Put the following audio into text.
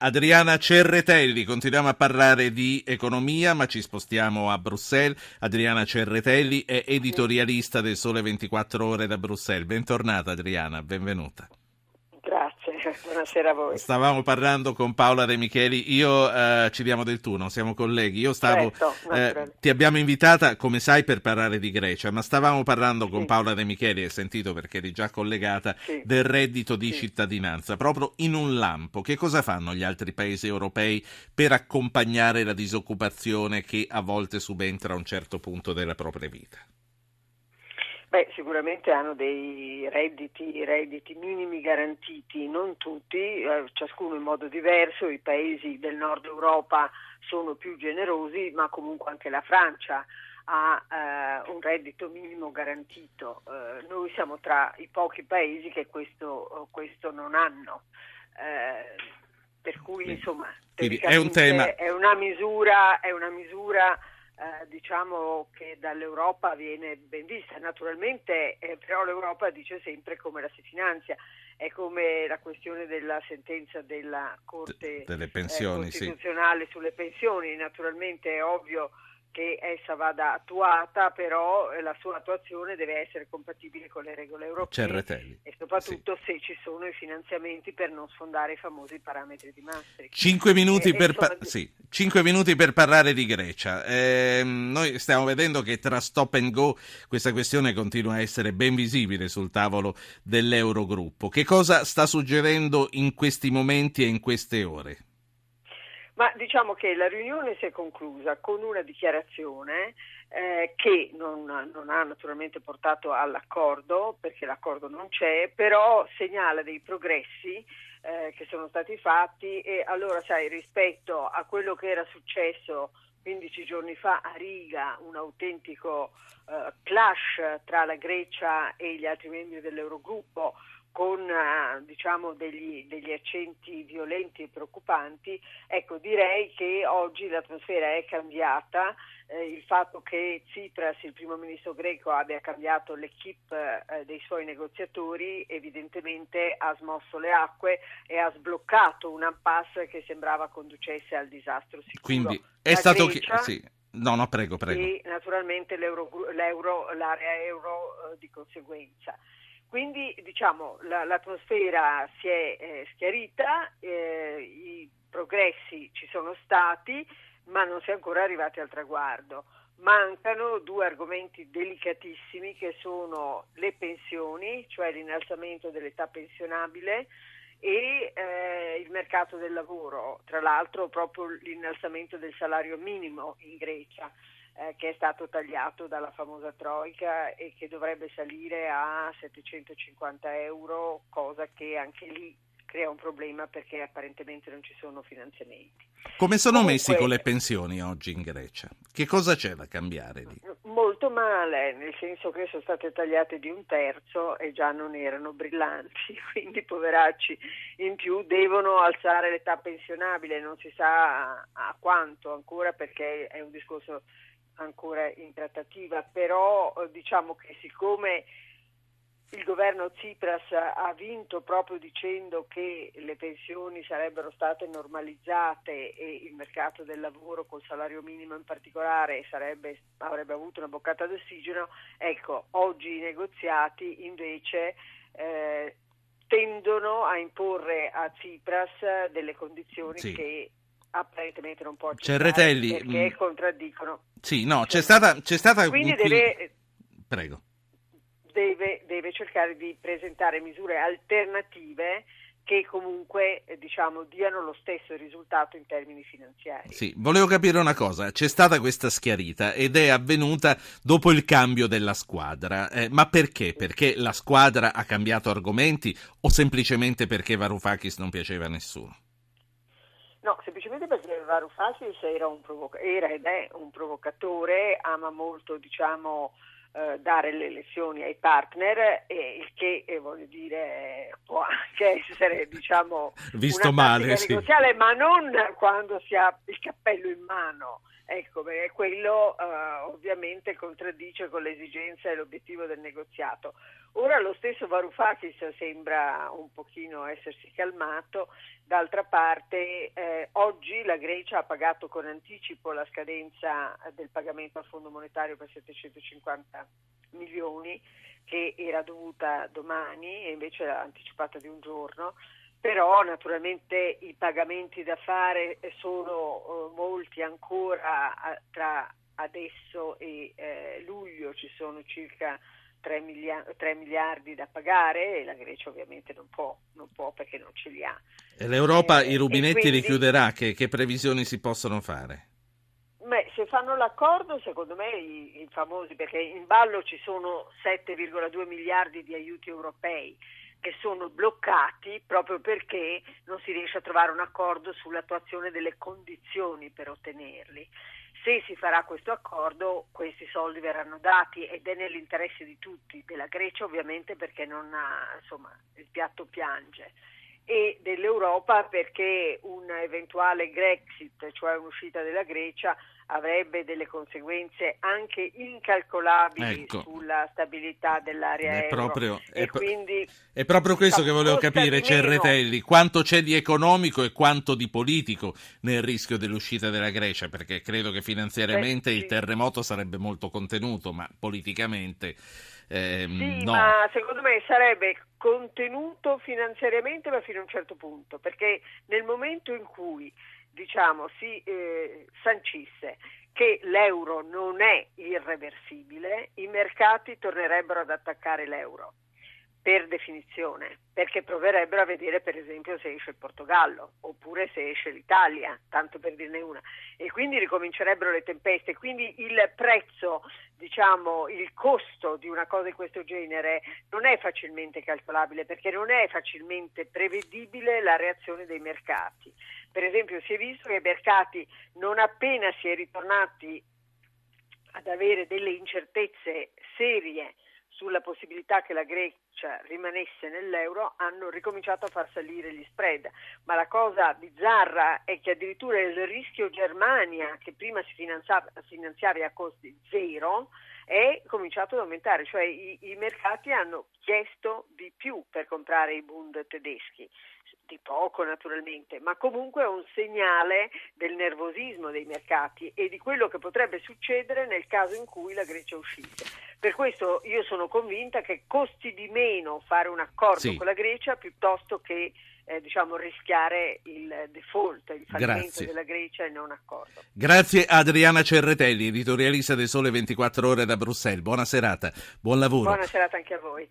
Adriana Cerretelli, continuiamo a parlare di economia, ma ci spostiamo a Bruxelles. Adriana Cerretelli è Sì, editorialista del Sole 24 Ore da Bruxelles. Bentornata Adriana, benvenuta. grazie, buonasera a voi. Stavamo parlando con Paola De Micheli, ci diamo del tu, non siamo colleghi. Certo, naturalmente. Ti abbiamo invitata, come sai, per parlare di Grecia, ma stavamo parlando con Sì, Paola De Micheli, hai sentito perché eri già collegata, sì, del reddito di sì. cittadinanza, proprio in un lampo. Che cosa fanno gli altri paesi europei per accompagnare la disoccupazione che a volte subentra a un certo punto della propria vita? Beh, sicuramente hanno dei redditi minimi garantiti, non tutti, ciascuno in modo diverso. I paesi del nord Europa sono più generosi, ma comunque anche la Francia ha un reddito minimo garantito. Noi siamo tra i pochi paesi che questo non hanno. Eh, per cui, insomma, Quindi è un tema. teoricamente è una misura diciamo che dall'Europa viene ben vista. Naturalmente però l'Europa dice sempre come la si finanzia. È come la questione della sentenza della Corte Delle pensioni, sì. Costituzionale sulle pensioni. Naturalmente è ovvio che essa vada attuata, però la sua attuazione deve essere compatibile con le regole europee Cerretelli, e sì. soprattutto se ci sono i finanziamenti per non sfondare i famosi parametri di Maastricht. 5 minuti Insomma, sì, 5 minuti per parlare di Grecia. Noi stiamo vedendo che tra stop and go questa questione continua a essere ben visibile sul tavolo dell'Eurogruppo. Che cosa sta succedendo in questi momenti e in queste ore? ma diciamo che la riunione si è conclusa con una dichiarazione che non ha naturalmente portato all'accordo, perché l'accordo non c'è, però segnala dei progressi che sono stati fatti. E allora, sai, rispetto a quello che era successo 15 giorni fa a Riga, un autentico clash tra la Grecia e gli altri membri dell'Eurogruppo, con diciamo degli accenti violenti e preoccupanti. Ecco, direi che oggi l'atmosfera è cambiata. Il fatto che Tsipras, il primo ministro greco, abbia cambiato l'equipe dei suoi negoziatori evidentemente ha smosso le acque e ha sbloccato un impasse che sembrava conducesse al disastro sicuro. Quindi è La stato Grecia sì. No, prego, prego. e naturalmente l'area euro di conseguenza. Quindi diciamo l'atmosfera si è schiarita, i progressi ci sono stati, ma non si è ancora arrivati al traguardo. Mancano due argomenti delicatissimi che sono le pensioni, cioè l'innalzamento dell'età pensionabile, e il mercato del lavoro, tra l'altro proprio l'innalzamento del salario minimo in Grecia, che è stato tagliato dalla famosa Troika e che dovrebbe salire a 750 euro, cosa che anche lì crea un problema perché apparentemente non ci sono finanziamenti. Come sono messi con Comunque, le pensioni oggi in Grecia? Che cosa c'è da cambiare lì? molto male, nel senso che sono state tagliate di un terzo e già non erano brillanti, quindi poveracci in più devono alzare l'età pensionabile, non si sa a quanto ancora perché è un discorso ancora in trattativa, però diciamo che siccome il governo Tsipras ha vinto proprio dicendo che le pensioni sarebbero state normalizzate e il mercato del lavoro col salario minimo in particolare avrebbe avuto una boccata d'ossigeno, ecco, oggi i negoziati invece tendono a imporre a Tsipras delle condizioni Sì. che apparentemente non può accettare Cerretelli, perché contraddicono sì, i no, c'è suoi stata, impegni. c'è stata Quindi Prego. deve cercare di presentare misure alternative che comunque diciamo diano lo stesso risultato in termini finanziari. Sì, volevo capire una cosa, c'è stata questa schiarita ed è avvenuta dopo il cambio della squadra, ma perché? Perché la squadra ha cambiato argomenti o semplicemente perché Varoufakis non piaceva a nessuno? No, semplicemente perché Varoufakis era ed è un provocatore, ama molto diciamo dare le lezioni ai partner, e il che voglio dire può anche essere diciamo Visto una tattica male, sì. negoziale, ma non quando si ha il cappello in mano. Ecco, perché quello ovviamente contraddice con le esigenze e l'obiettivo del negoziato. Ora lo stesso Varoufakis sembra un pochino essersi calmato. D'altra parte oggi la Grecia ha pagato con anticipo la scadenza del pagamento al Fondo Monetario per 750 milioni che era dovuta domani e invece l'ha anticipata di un giorno. Però naturalmente i pagamenti da fare sono molti ancora. Tra adesso e luglio ci sono circa 3 miliardi da pagare e la Grecia ovviamente non può perché non ce li ha. E l'Europa i rubinetti quindi, li chiuderà, che previsioni si possono fare? Se fanno l'accordo, secondo me i famosi, perché in ballo ci sono 7,2 miliardi di aiuti europei che sono bloccati proprio perché non si riesce a trovare un accordo sull'attuazione delle condizioni per ottenerli. Se si farà questo accordo, questi soldi verranno dati ed è nell'interesse di tutti, della Grecia ovviamente perché non ha, il piatto piange, e dell'Europa perché un eventuale Grexit, cioè un'uscita della Grecia, avrebbe delle conseguenze anche incalcolabili sulla stabilità dell'area euro. Quindi è proprio questo che volevo capire, Cerretelli, quanto c'è di economico e quanto di politico nel rischio dell'uscita della Grecia, perché credo che finanziariamente il terremoto sarebbe molto contenuto, ma politicamente no. Ma secondo me sarebbe contenuto finanziariamente ma fino a un certo punto, perché nel momento in cui si sancisse che l'euro non è irreversibile, i mercati tornerebbero ad attaccare l'euro per definizione, perché proverebbero a vedere per esempio se esce il Portogallo oppure se esce l'Italia, tanto per dirne una, e quindi ricomincerebbero le tempeste. Quindi il prezzo, il costo di una cosa di questo genere non è facilmente calcolabile, perché non è facilmente prevedibile la reazione dei mercati. Per esempio si è visto che i mercati, non appena si è ritornati ad avere delle incertezze serie sulla possibilità che la Grecia rimanesse nell'euro, hanno ricominciato a far salire gli spread. Ma la cosa bizzarra è che addirittura il rischio Germania, che prima si finanziava a costi zero, è cominciato ad aumentare, cioè i mercati hanno chiesto di più per comprare i Bund tedeschi, di poco naturalmente, ma comunque è un segnale del nervosismo dei mercati e di quello che potrebbe succedere nel caso in cui la Grecia uscisse. Per questo io sono convinta che costi di meno fare un accordo con la Grecia piuttosto che rischiare il default, il fallimento della Grecia e non accordo. Grazie a Adriana Cerretelli, editorialista del Sole 24 Ore da Bruxelles. Buona serata, buon lavoro. Buona serata anche a voi.